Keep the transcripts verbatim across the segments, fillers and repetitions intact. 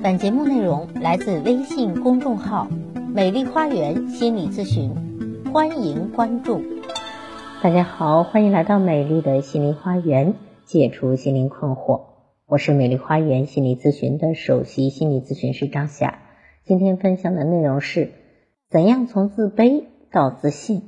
本节目内容来自微信公众号美丽花园心理咨询，欢迎关注。大家好，欢迎来到美丽的心灵花园，解除心灵困惑。我是美丽花园心理咨询的首席心理咨询师张霞。今天分享的内容是怎样从自卑到自信。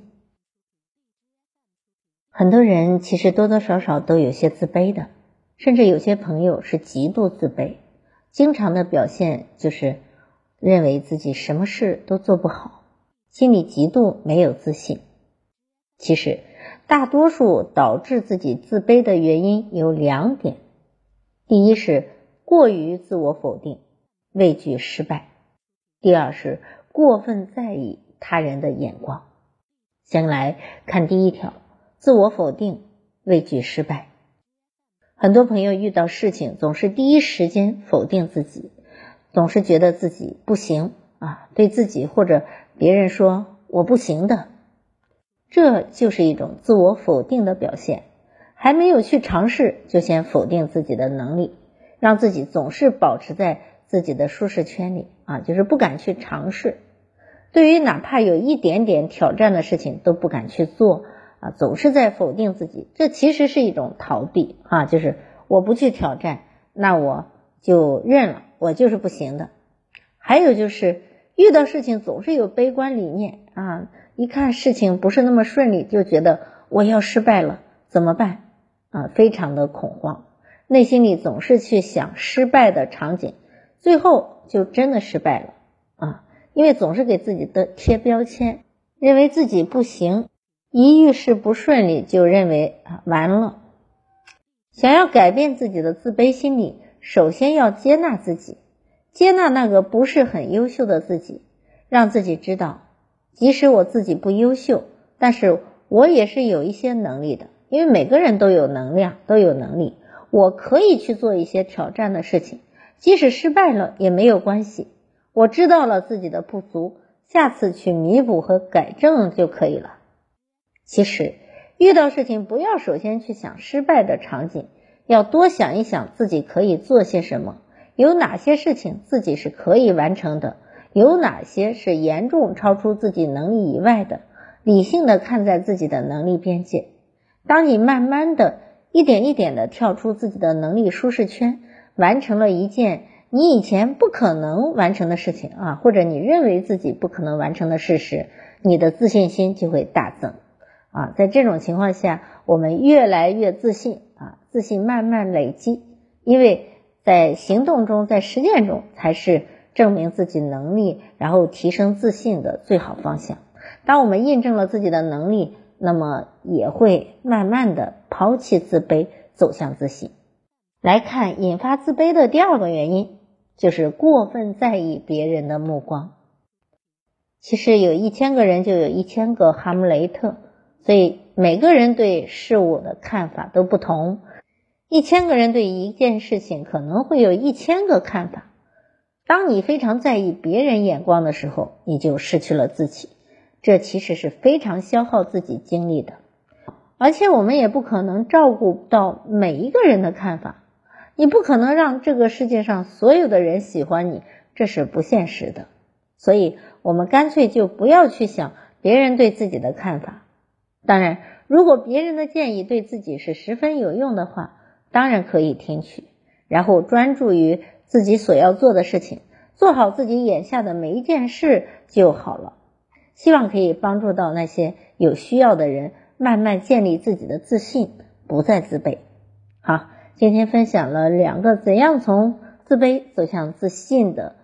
很多人其实多多少少都有些自卑的，甚至有些朋友是极度自卑，经常的表现就是认为自己什么事都做不好，心里极度没有自信。其实大多数导致自己自卑的原因有两点，第一是过于自我否定，畏惧失败；第二是过分在意他人的眼光。先来看第一条，自我否定，畏惧失败。很多朋友遇到事情总是第一时间否定自己，总是觉得自己不行啊，对自己或者别人说我不行的，这就是一种自我否定的表现。还没有去尝试就先否定自己的能力，让自己总是保持在自己的舒适圈里啊，就是不敢去尝试。对于哪怕有一点点挑战的事情都不敢去做啊，总是在否定自己，这其实是一种逃避啊，就是我不去挑战，那我就认了，我就是不行的。还有就是遇到事情总是有悲观理念啊，一看事情不是那么顺利，就觉得我要失败了，怎么办啊？非常的恐慌，内心里总是去想失败的场景，最后就真的失败了啊，因为总是给自己的贴标签，认为自己不行，一遇事不顺利就认为啊完了。想要改变自己的自卑心理，首先要接纳自己，接纳那个不是很优秀的自己，让自己知道即使我自己不优秀，但是我也是有一些能力的，因为每个人都有能量，都有能力，我可以去做一些挑战的事情，即使失败了也没有关系，我知道了自己的不足，下次去弥补和改正就可以了。其实遇到事情不要首先去想失败的场景，要多想一想自己可以做些什么，有哪些事情自己是可以完成的，有哪些是严重超出自己能力以外的，理性的看待自己的能力边界。当你慢慢的一点一点的跳出自己的能力舒适圈，完成了一件你以前不可能完成的事情啊，或者你认为自己不可能完成的事时，你的自信心就会大增啊。在这种情况下，我们越来越自信啊，自信慢慢累积，因为在行动中，在实践中才是证明自己能力，然后提升自信的最好方向。当我们印证了自己的能力，那么也会慢慢的抛弃自卑，走向自信。来看引发自卑的第二个原因，就是过分在意别人的目光。其实有一千个人就有一千个哈姆雷特，所以每个人对事物的看法都不同，一千个人对一件事情可能会有一千个看法。当你非常在意别人眼光的时候，你就失去了自己，这其实是非常消耗自己精力的。而且我们也不可能照顾到每一个人的看法，你不可能让这个世界上所有的人喜欢你，这是不现实的。所以我们干脆就不要去想别人对自己的看法。当然，如果别人的建议对自己是十分有用的话，当然可以听取，然后专注于自己所要做的事情，做好自己眼下的每一件事就好了。希望可以帮助到那些有需要的人，慢慢建立自己的自信，不再自卑。好，今天分享了两个怎样从自卑走向自信的